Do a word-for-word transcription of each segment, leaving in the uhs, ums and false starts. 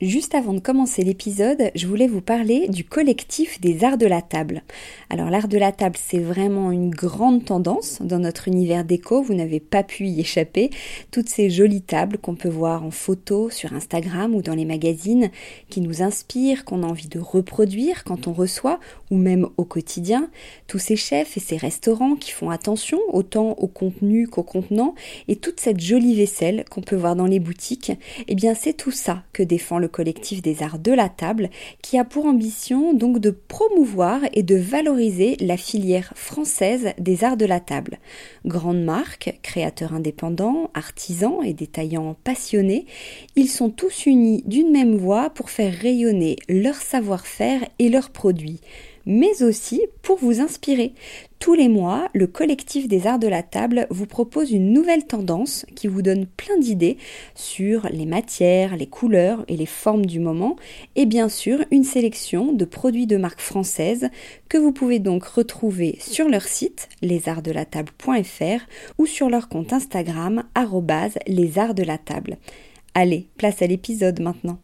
Juste avant de commencer l'épisode, je voulais vous parler du collectif des arts de la table. Alors l'art de la table, c'est vraiment une grande tendance dans notre univers déco, vous n'avez pas pu y échapper. Toutes ces jolies tables qu'on peut voir en photo sur Instagram ou dans les magazines, qui nous inspirent, qu'on a envie de reproduire quand on reçoit, ou même au quotidien. Tous ces chefs et ces restaurants qui font attention autant au contenu qu'au contenant, et toute cette jolie vaisselle qu'on peut voir dans les boutiques, eh bien c'est tout ça que défend le collectif des arts de la table, qui a pour ambition donc de promouvoir et de valoriser la filière française des arts de la table. Grandes marques, créateurs indépendants, artisans et détaillants passionnés, ils sont tous unis d'une même voix pour faire rayonner leur savoir-faire et leurs produits, mais aussi pour vous inspirer. Tous les mois, le collectif des arts de la table vous propose une nouvelle tendance qui vous donne plein d'idées sur les matières, les couleurs et les formes du moment, et bien sûr une sélection de produits de marque française que vous pouvez donc retrouver sur leur site les arts de la table point f r ou sur leur compte Instagram arobase les arts de la table. Allez, place à l'épisode maintenant.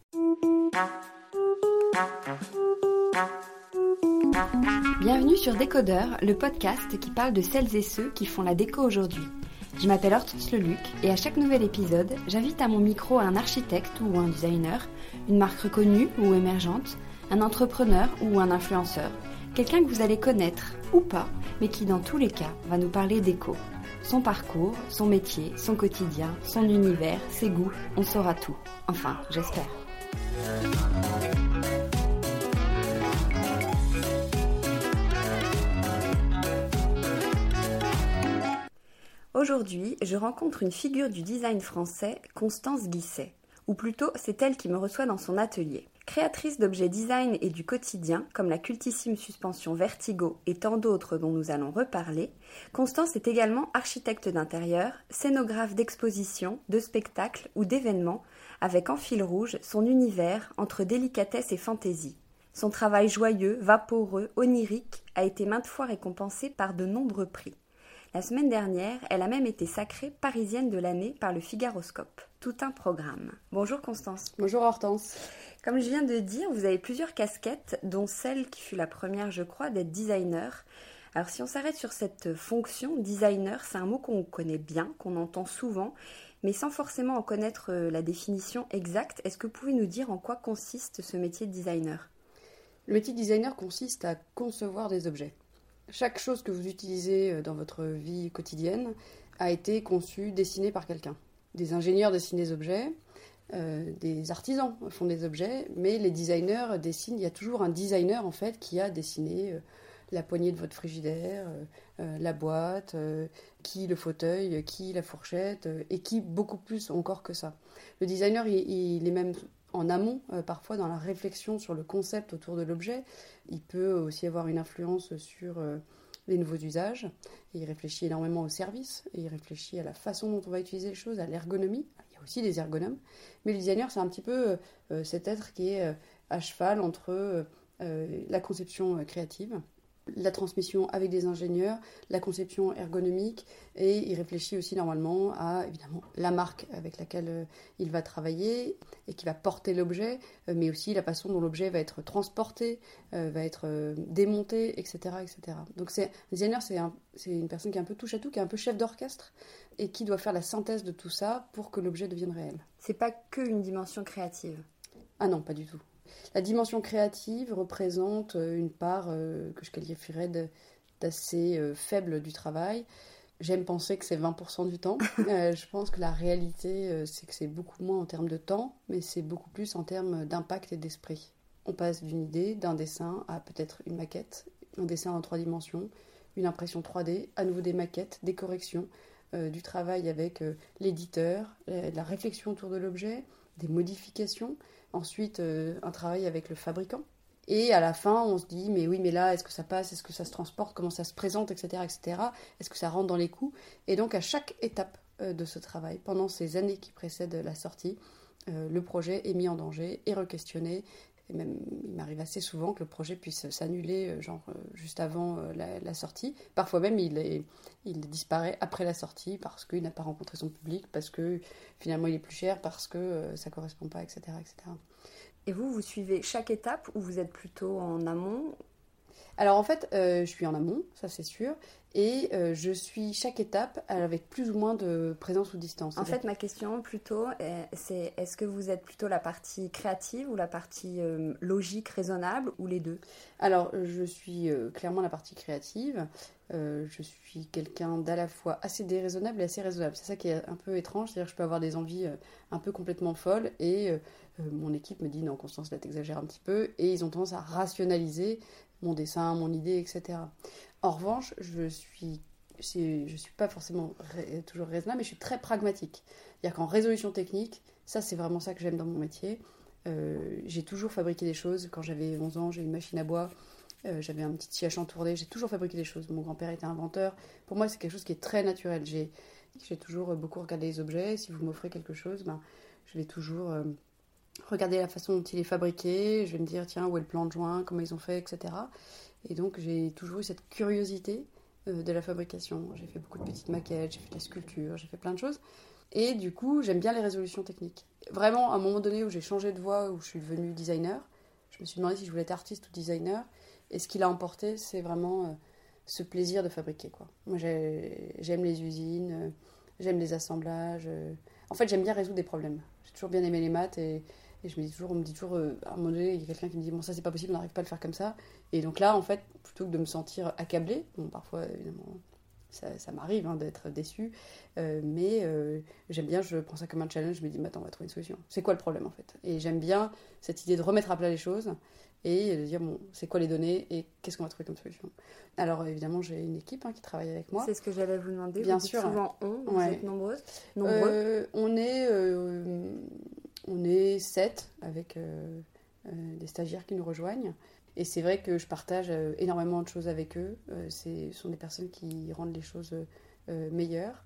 Bienvenue sur Décodeur, le podcast qui parle de celles et ceux qui font la déco aujourd'hui. Je m'appelle Hortense Leluc et à chaque nouvel épisode, j'invite à mon micro un architecte ou un designer, une marque reconnue ou émergente, un entrepreneur ou un influenceur, quelqu'un que vous allez connaître ou pas, mais qui dans tous les cas va nous parler déco. Son parcours, son métier, son quotidien, son univers, ses goûts, on saura tout. Enfin, j'espère. Aujourd'hui, je rencontre une figure du design français, Constance Guisset. Ou plutôt, c'est elle qui me reçoit dans son atelier. Créatrice d'objets design et du quotidien, comme la cultissime suspension Vertigo et tant d'autres dont nous allons reparler, Constance est également architecte d'intérieur, scénographe d'expositions, de spectacles ou d'événements, avec en fil rouge son univers entre délicatesse et fantaisie. Son travail joyeux, vaporeux, onirique a été maintes fois récompensé par de nombreux prix. La semaine dernière, elle a même été sacrée parisienne de l'année par le Figaroscope. Tout un programme. Bonjour Constance. Bonjour Hortense. Comme je viens de dire, vous avez plusieurs casquettes, dont celle qui fut la première, je crois, d'être designer. Alors si on s'arrête sur cette fonction, designer, c'est un mot qu'on connaît bien, qu'on entend souvent, mais sans forcément en connaître la définition exacte. Est-ce que vous pouvez nous dire en quoi consiste ce métier de designer ? Le métier de designer consiste à concevoir des objets. Chaque chose que vous utilisez dans votre vie quotidienne a été conçue, dessinée par quelqu'un. Des ingénieurs dessinent des objets, euh, des artisans font des objets, mais les designers dessinent. Il y a toujours un designer en fait qui a dessiné euh, la poignée de votre frigidaire, euh, euh, la boîte, euh, qui le fauteuil, qui la fourchette, euh, et qui beaucoup plus encore que ça. Le designer, il, il est même en amont, euh, parfois dans la réflexion sur le concept autour de l'objet. Il peut aussi avoir une influence sur euh, les nouveaux usages. Et il réfléchit énormément au service, et il réfléchit à la façon dont on va utiliser les choses, à l'ergonomie. Il y a aussi des ergonomes. Mais le designer, c'est un petit peu euh, cet être qui est euh, à cheval entre euh, la conception euh, créative, la transmission avec des ingénieurs, la conception ergonomique, et il réfléchit aussi normalement à évidemment la marque avec laquelle euh, il va travailler et qui va porter l'objet, euh, mais aussi la façon dont l'objet va être transporté, euh, va être euh, démonté, et cetera, et cetera. Donc c'est, un designer, c'est, un, c'est une personne qui est un peu touche à tout, qui est un peu chef d'orchestre et qui doit faire la synthèse de tout ça pour que l'objet devienne réel. C'est pas que une dimension créative. Ah non, pas du tout. La dimension créative représente une part euh, que je qualifierais de, d'assez euh, faible du travail. J'aime penser que c'est vingt pour cent du temps. Euh, je pense que la réalité, euh, c'est que c'est beaucoup moins en termes de temps, mais c'est beaucoup plus en termes d'impact et d'esprit. On passe d'une idée, d'un dessin, à peut-être une maquette, un dessin en trois dimensions, une impression trois D, à nouveau des maquettes, des corrections, euh, du travail avec euh, l'éditeur, la, la réflexion autour de l'objet, des modifications. Ensuite, euh, un travail avec le fabricant. Et à la fin, on se dit, mais oui, mais là, est-ce que ça passe ? Est-ce que ça se transporte ? Comment ça se présente ? Etc., et cetera. Est-ce que ça rentre dans les coûts ? Et donc, à chaque étape euh, de ce travail, pendant ces années qui précèdent la sortie, euh, le projet est mis en danger, est re-questionné, Et même, il m'arrive assez souvent que le projet puisse s'annuler, genre juste avant la, la sortie. Parfois même, il, est, il disparaît après la sortie parce qu'il n'a pas rencontré son public, parce que finalement il est plus cher, parce que ça ne correspond pas, et cetera, et cetera. Et vous, vous suivez chaque étape ou vous êtes plutôt en amont ? Alors en fait, euh, je suis en amont, ça c'est sûr, et euh, je suis chaque étape avec plus ou moins de présence ou distance. En fait, ma question plutôt, c'est est-ce que vous êtes plutôt la partie créative ou la partie euh, logique, raisonnable, ou les deux ? Alors, je suis euh, clairement la partie créative. Euh, je suis quelqu'un d'à la fois assez déraisonnable et assez raisonnable. C'est ça qui est un peu étrange, c'est-à-dire que je peux avoir des envies euh, un peu complètement folles et euh, mon équipe me dit non, Constance, là t'exagères un petit peu, et ils ont tendance à rationaliser mon dessin, mon idée, et cetera. En revanche, je suis, je suis pas forcément ré, toujours raisonnable, mais je suis très pragmatique. C'est-à-dire qu'en résolution technique, ça c'est vraiment ça que j'aime dans mon métier. Euh, j'ai toujours fabriqué des choses. Quand j'avais onze ans, j'ai une machine à bois, euh, j'avais un petit scie à chantourner, j'ai toujours fabriqué des choses. Mon grand-père était inventeur. Pour moi, c'est quelque chose qui est très naturel. J'ai, j'ai toujours beaucoup regardé les objets. Si vous m'offrez quelque chose, ben, je vais toujours euh, regarder la façon dont il est fabriqué. Je vais me dire, tiens, où est le plan de joint, comment ils ont fait, et cetera. Et donc, j'ai toujours eu cette curiosité euh, de la fabrication. J'ai fait beaucoup de petites maquettes, j'ai fait de la sculpture, j'ai fait plein de choses. Et du coup, j'aime bien les résolutions techniques. Vraiment, à un moment donné où j'ai changé de voie, où je suis devenue designer, je me suis demandé si je voulais être artiste ou designer. Et ce qui l'a emporté, c'est vraiment euh, ce plaisir de fabriquer, quoi. Moi, j'ai, j'aime les usines, euh, j'aime les assemblages. Euh... En fait, j'aime bien résoudre des problèmes. J'ai toujours bien aimé les maths et, et je me dis toujours, on me dit toujours, euh, à un moment donné, il y a quelqu'un qui me dit, bon, ça, c'est pas possible, on n'arrive pas à le faire comme ça. Et donc là, en fait, plutôt que de me sentir accablée, bon, parfois, évidemment... Ça, ça m'arrive hein, d'être déçue, euh, mais euh, j'aime bien, je prends ça comme un challenge, je me dis, mais attends, on va trouver une solution. C'est quoi le problème en fait ? Et j'aime bien cette idée de remettre à plat les choses et de dire, bon, c'est quoi les données et qu'est-ce qu'on va trouver comme solution ? Alors évidemment, j'ai une équipe hein, qui travaille avec moi. C'est ce que j'allais vous demander. Bien vous sûr. Souvent on, vous ouais. êtes nombreuses Nombreux euh, on, est, euh, on est sept avec euh, euh, des stagiaires qui nous rejoignent. Et c'est vrai que je partage énormément de choses avec eux. Ce sont des personnes qui rendent les choses meilleures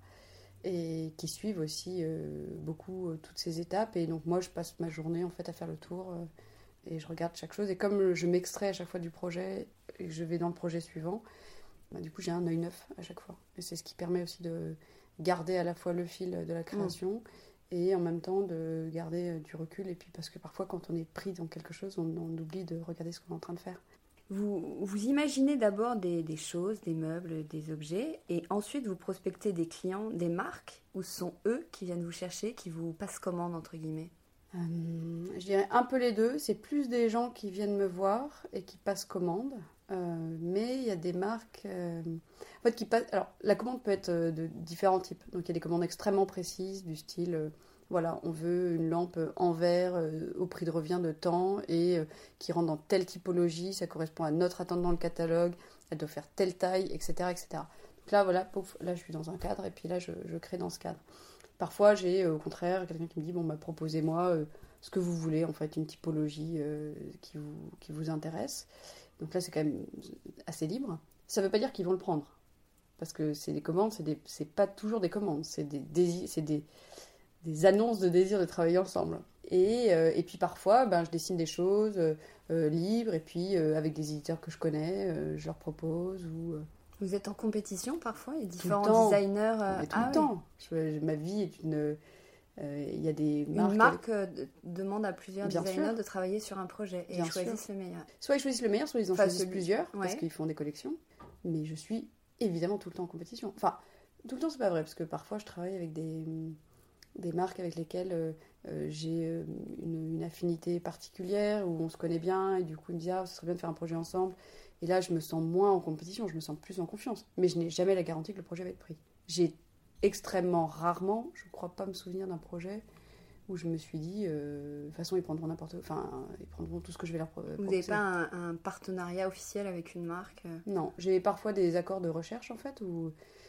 et qui suivent aussi beaucoup toutes ces étapes. Et donc moi, je passe ma journée en fait à faire le tour et je regarde chaque chose. Et comme je m'extrais à chaque fois du projet et que je vais dans le projet suivant, bah, du coup j'ai un œil neuf à chaque fois. Et c'est ce qui permet aussi de garder à la fois le fil de la création. Mmh. Et en même temps de garder du recul, et puis parce que parfois quand on est pris dans quelque chose, on, on oublie de regarder ce qu'on est en train de faire. Vous, vous imaginez d'abord des, des choses, des meubles, des objets, et ensuite vous prospectez des clients, des marques, ou ce sont eux qui viennent vous chercher, qui vous passent commande entre guillemets ? euh, Je dirais un peu les deux, c'est plus des gens qui viennent me voir et qui passent commande. Euh, mais il y a des marques euh, en fait, qui passent. Alors, la commande peut être de différents types. Donc, il y a des commandes extrêmement précises, du style euh, voilà, on veut une lampe en verre euh, au prix de revient de temps et euh, qui rentre dans telle typologie, ça correspond à notre attente dans le catalogue, elle doit faire telle taille, et cetera, et cetera. Donc là, voilà, pouf, là, je suis dans un cadre et puis là, je, je crée dans ce cadre. Parfois, j'ai euh, au contraire quelqu'un qui me dit bon, bah, proposez-moi euh, ce que vous voulez, en fait, une typologie euh, qui, vous, qui vous intéresse. Donc là, c'est quand même assez libre. Ça ne veut pas dire qu'ils vont le prendre. Parce que c'est des commandes, c'est, des, c'est pas toujours des commandes. C'est des, désirs, c'est des, des annonces de désir de travailler ensemble. Et, euh, et puis parfois, ben, je dessine des choses euh, libres. Et puis, euh, avec des éditeurs que je connais, euh, je leur propose. Ou, euh... Vous êtes en compétition parfois ? Il y a différents designers. Euh... tout ah, le temps. Je, ma vie est une... Il euh, y a des marques... Une marque euh, demande à plusieurs Bien designers sûr. de travailler sur un projet et Bien ils choisissent sûr. le meilleur. Soit ils choisissent le meilleur, soit ils en enfin, choisissent celui... plusieurs, ouais. parce qu'ils font des collections. Mais je suis évidemment tout le temps en compétition. Enfin, tout le temps, c'est pas vrai, parce que parfois, je travaille avec des, des marques avec lesquelles euh, euh, j'ai euh, une, une affinité particulière, où on se connaît bien, et du coup, ils me disent « Ah, ce serait bien de faire un projet ensemble ». Et là, je me sens moins en compétition, je me sens plus en confiance. Mais je n'ai jamais la garantie que le projet va être pris. J'ai extrêmement rarement, je ne crois pas me souvenir d'un projet où je me suis dit, euh, de toute façon, ils prendront n'importe, enfin, ils prendront tout ce que je vais leur proposer. Vous n'avez pas un, un partenariat officiel avec une marque ? Non, j'ai parfois des accords de recherche en fait où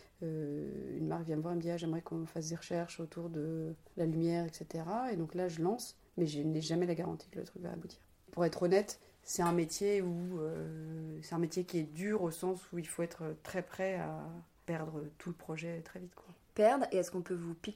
euh, une marque vient me voir et me dit, ah, j'aimerais qu'on fasse des recherches autour de la lumière, et cetera. Et donc là, je lance, mais je n'ai jamais la garantie que le truc va aboutir. Pour être honnête, c'est un métier où euh, c'est un métier qui est dur au sens où il faut être très prêt à perdre tout le projet très vite, quoi. Perdre, et est-ce qu'on peut vous piquer l'idée ?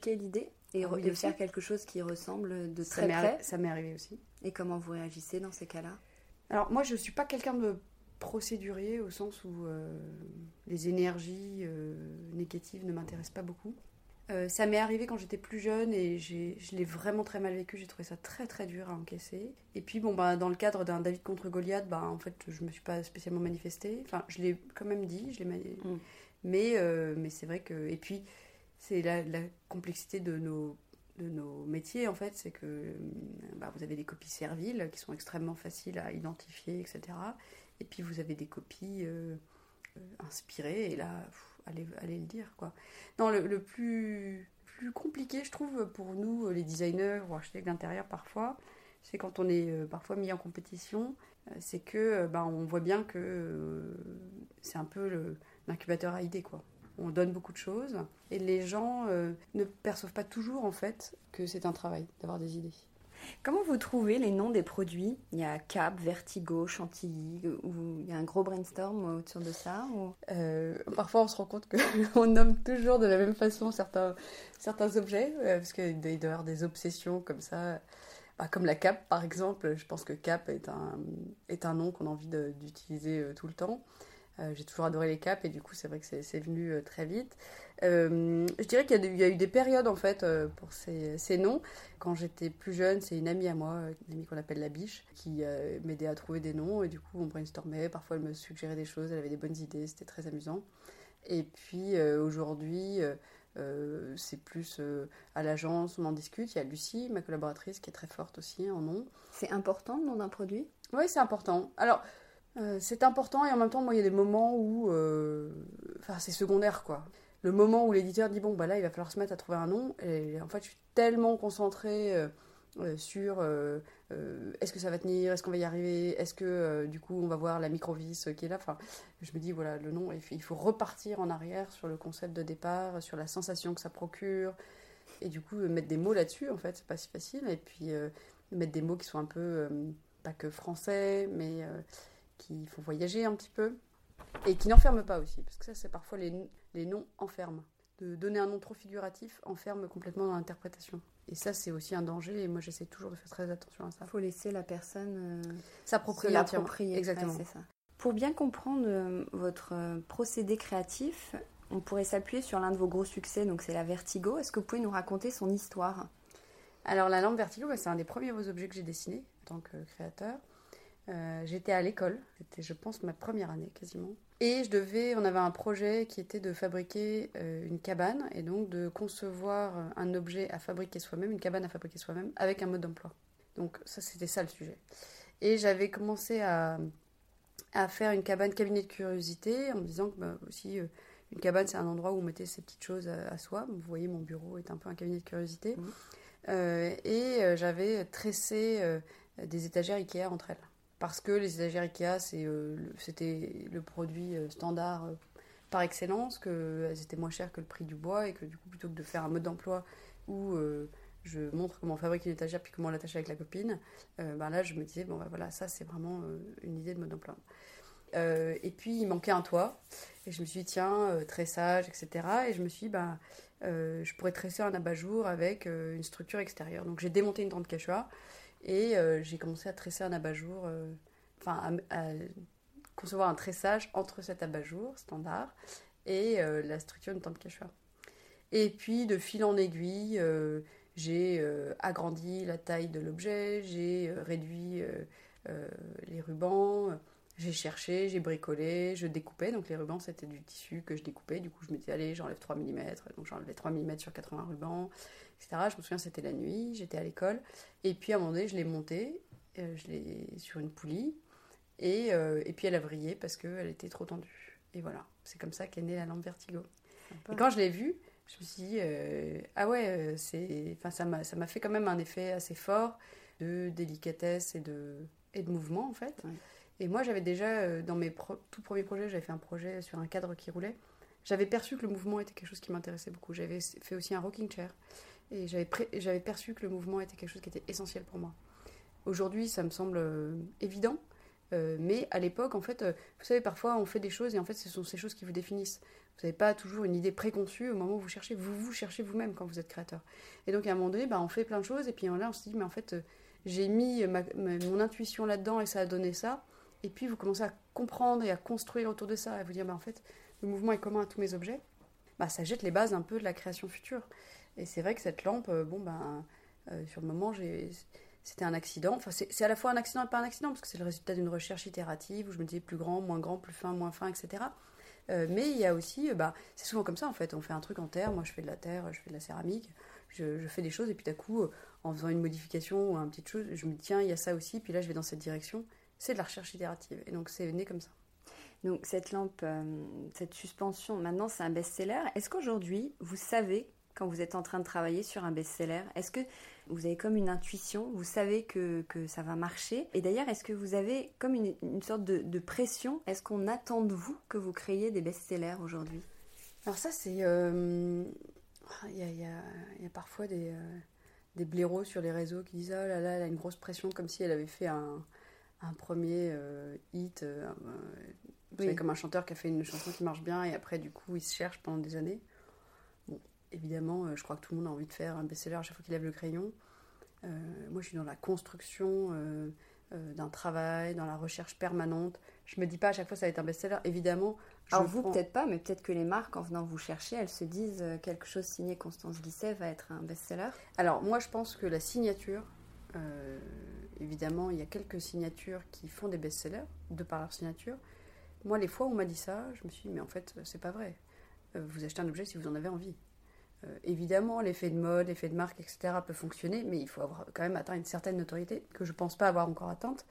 Et, Ah oui, et aussi. faire quelque chose qui ressemble de Ça très m'est près. arri- ça m'est arrivé aussi. Et comment vous réagissez dans ces cas-là? Alors moi je suis pas quelqu'un de procédurier au sens où euh, les énergies euh, négatives ne m'intéressent pas beaucoup. Euh, ça m'est arrivé quand j'étais plus jeune et j'ai, je l'ai vraiment très mal vécu, j'ai trouvé ça très très dur à encaisser. Et puis bon bah dans le cadre d'un David contre Goliath, bah en fait je me suis pas spécialement manifestée. Enfin je l'ai quand même dit, je l'ai mani- Mm. mais euh, mais c'est vrai que et puis c'est la, la complexité de nos de nos métiers en fait, c'est que bah, vous avez des copies serviles qui sont extrêmement faciles à identifier, et cetera. Et puis vous avez des copies euh, euh, inspirées et là pff, allez, allez le dire quoi. Non, le, le plus, plus compliqué je trouve pour nous les designers ou architectes d'intérieur parfois, c'est quand on est euh, parfois mis en compétition, euh, c'est que euh, bah, on voit bien que euh, c'est un peu le, l'incubateur à idées quoi. On donne beaucoup de choses et les gens euh, ne perçoivent pas toujours en fait que c'est un travail d'avoir des idées. Comment vous trouvez les noms des produits? Il y a Cap, Vertigo, Chantilly, ou il y a un gros brainstorm autour de ça ou... Euh, parfois, on se rend compte qu'on nomme toujours de la même façon certains, certains objets, euh, parce qu'il doit y avoir des obsessions comme ça. Bah, comme la cape, par exemple. Je pense que Cap est un, est un nom qu'on a envie de, d'utiliser euh, tout le temps. Euh, j'ai toujours adoré les capes et du coup, c'est vrai que c'est, c'est venu euh, très vite. Euh, je dirais qu'il y a, de- il y a eu des périodes, en fait, euh, pour ces, ces noms. Quand j'étais plus jeune, c'est une amie à moi, euh, une amie qu'on appelle la Biche, qui euh, m'aidait à trouver des noms. Et du coup, on brainstormait. Parfois, elle me suggérait des choses. Elle avait des bonnes idées. C'était très amusant. Et puis, euh, aujourd'hui, euh, euh, c'est plus euh, à l'agence, on en discute. Il y a Lucie, ma collaboratrice, qui est très forte aussi en nom. C'est important le nom d'un produit? Oui, c'est important. Alors, euh, c'est important et en même temps, moi, il y a des moments où... euh, Enfin, c'est secondaire, quoi. Le moment où l'éditeur dit, bon, bah là, il va falloir se mettre à trouver un nom. Et en fait, je suis tellement concentrée euh, euh, sur euh, euh, est-ce que ça va tenir, est-ce qu'on va y arriver, est-ce que, euh, du coup, on va voir la microvis qui est là. Enfin, je me dis, voilà, le nom, il faut- il faut repartir en arrière sur le concept de départ, sur la sensation que ça procure. Et du coup, euh, mettre des mots là-dessus, en fait, c'est pas si facile. Et puis, euh, mettre des mots qui sont un peu, euh, pas que français, mais... euh, qui font voyager un petit peu et qui n'enferment pas aussi, parce que ça, c'est parfois les, les noms enferment. De donner un nom trop figuratif enferme complètement dans l'interprétation. Et ça, c'est aussi un danger, et moi, j'essaie toujours de faire très attention à ça. Il faut laisser la personne euh, S'approprier se entièrement. l'approprier. Exactement. Ouais, c'est ça. Pour bien comprendre euh, votre euh, procédé créatif, on pourrait s'appuyer sur l'un de vos gros succès, donc c'est la Vertigo. Est-ce que vous pouvez nous raconter son histoire? Alors, la lampe Vertigo, bah, c'est un des premiers beaux objets que j'ai dessinés en tant que créateur. Euh, j'étais à l'école, c'était je pense ma première année quasiment. Et je devais, on avait un projet qui était de fabriquer euh, une cabane et donc de concevoir un objet à fabriquer soi-même, une cabane à fabriquer soi-même avec un mode d'emploi. Donc ça c'était ça le sujet. Et j'avais commencé à, à faire une cabane cabinet de curiosité en me disant que bah, aussi euh, une cabane c'est un endroit où on mettait ses petites choses à, à soi. Vous voyez mon bureau est un peu un cabinet de curiosité. Mmh. Euh, et euh, j'avais tressé euh, des étagères Ikea entre elles. Parce que les étagères Ikea, c'est, euh, le, c'était le produit euh, standard euh, par excellence, qu'elles étaient moins chères que le prix du bois, et que du coup, plutôt que de faire un mode d'emploi où euh, je montre comment on fabrique une étagère puis comment on l'attache avec la copine, euh, ben là, je me disais, bon, ben voilà, ça, c'est vraiment euh, une idée de mode d'emploi. Euh, et puis, il manquait un toit, et je me suis dit, tiens, euh, tressage, et cetera. Et je me suis dit, ben, euh, je pourrais tresser un abat-jour avec euh, une structure extérieure. Donc, j'ai démonté une tente quechua. Et euh, j'ai commencé à tresser un abat-jour, euh, enfin à, à concevoir un tressage entre cet abat-jour standard et euh, la structure d'une tente quechua. Et puis de fil en aiguille, euh, j'ai euh, agrandi la taille de l'objet, j'ai euh, réduit euh, euh, les rubans, j'ai cherché, j'ai bricolé, je découpais. Donc les rubans c'était du tissu que je découpais. Du coup je me disais allez j'enlève trois millimètres, donc j'enlevais trois millimètres sur quatre-vingts rubans, et cetera. Je me souviens c'était la nuit, j'étais à l'école. Et puis à un moment donné je l'ai montée, euh, je l'ai sur une poulie. Et, euh, et puis elle a vrillé parce qu'elle était trop tendue. Et voilà, c'est comme ça qu'est née la lampe Vertigo. Sympa. Et quand je l'ai vue, je me suis dit, euh, ah ouais, c'est, enfin, ça m'a, ça m'a fait quand même un effet assez fort de délicatesse et de, et de mouvement en fait. Ouais. Et moi j'avais déjà, dans mes pro- tout premiers projets, j'avais fait un projet sur un cadre qui roulait. J'avais perçu que le mouvement était quelque chose qui m'intéressait beaucoup. J'avais fait aussi un rocking chair. Et j'avais, pré- j'avais perçu que le mouvement était quelque chose qui était essentiel pour moi. Aujourd'hui, ça me semble évident. Euh, mais à l'époque, en fait, euh, vous savez, parfois on fait des choses et en fait, ce sont ces choses qui vous définissent. Vous n'avez pas toujours une idée préconçue au moment où vous cherchez. Vous vous cherchez vous-même quand vous êtes créateur. Et donc à un moment donné, bah, on fait plein de choses et puis là, on se dit, mais en fait, euh, j'ai mis ma, ma, mon intuition là-dedans et ça a donné ça. Et puis vous commencez à comprendre et à construire autour de ça, à vous dire, bah, en fait, le mouvement est commun à tous mes objets. Bah, ça jette les bases un peu de la création future. Et c'est vrai que cette lampe, euh, bon, bah, euh, sur le moment, j'ai... c'était un accident. Enfin, c'est, c'est à la fois un accident et pas un accident, parce que c'est le résultat d'une recherche itérative où je me disais plus grand, moins grand, plus fin, moins fin, et cetera. Euh, mais il y a aussi, euh, bah, c'est souvent comme ça en fait. On fait un truc en terre, moi je fais de la terre, je fais de la céramique, je, je fais des choses, et puis d'un coup, euh, en faisant une modification ou une petite chose, je me dis tiens, il y a ça aussi, puis là je vais dans cette direction. C'est de la recherche itérative. Et donc c'est né comme ça. Donc cette lampe, euh, cette suspension, maintenant c'est un best-seller. Est-ce qu'aujourd'hui, vous savez, quand vous êtes en train de travailler sur un best-seller, est-ce que vous avez comme une intuition, vous savez que, que ça va marcher? Et d'ailleurs, est-ce que vous avez comme une, une sorte de, de pression? Est-ce qu'on attend de vous que vous créiez des best-sellers aujourd'hui? Alors ça, c'est... Il euh, y, y, y, a parfois des, euh, des blaireaux sur les réseaux qui disent « Oh là là, elle a une grosse pression », comme si elle avait fait un, un premier euh, hit, euh, vous savez, oui. Comme un chanteur qui a fait une chanson qui marche bien et après, du coup, il se cherche pendant des années. Bon, évidemment, euh, je crois que tout le monde a envie de faire un best-seller à chaque fois qu'il lève le crayon. Euh, moi, je suis dans la construction euh, euh, d'un travail, dans la recherche permanente. Je me dis pas à chaque fois ça va être un best-seller. Évidemment, je alors vous prends... peut-être pas, mais peut-être que les marques, en venant vous chercher, elles se disent euh, quelque chose signé Constance Guisset va être un best-seller. Alors moi, je pense que la signature, euh, évidemment, il y a quelques signatures qui font des best-sellers de par leur signature. Moi, les fois où on m'a dit ça, je me suis dit mais en fait, c'est pas vrai. Euh, vous achetez un objet si vous en avez envie. Euh, évidemment, l'effet de mode, l'effet de marque, et cetera peut fonctionner, mais il faut avoir quand même atteint une certaine notoriété que je pense pas avoir encore atteinte.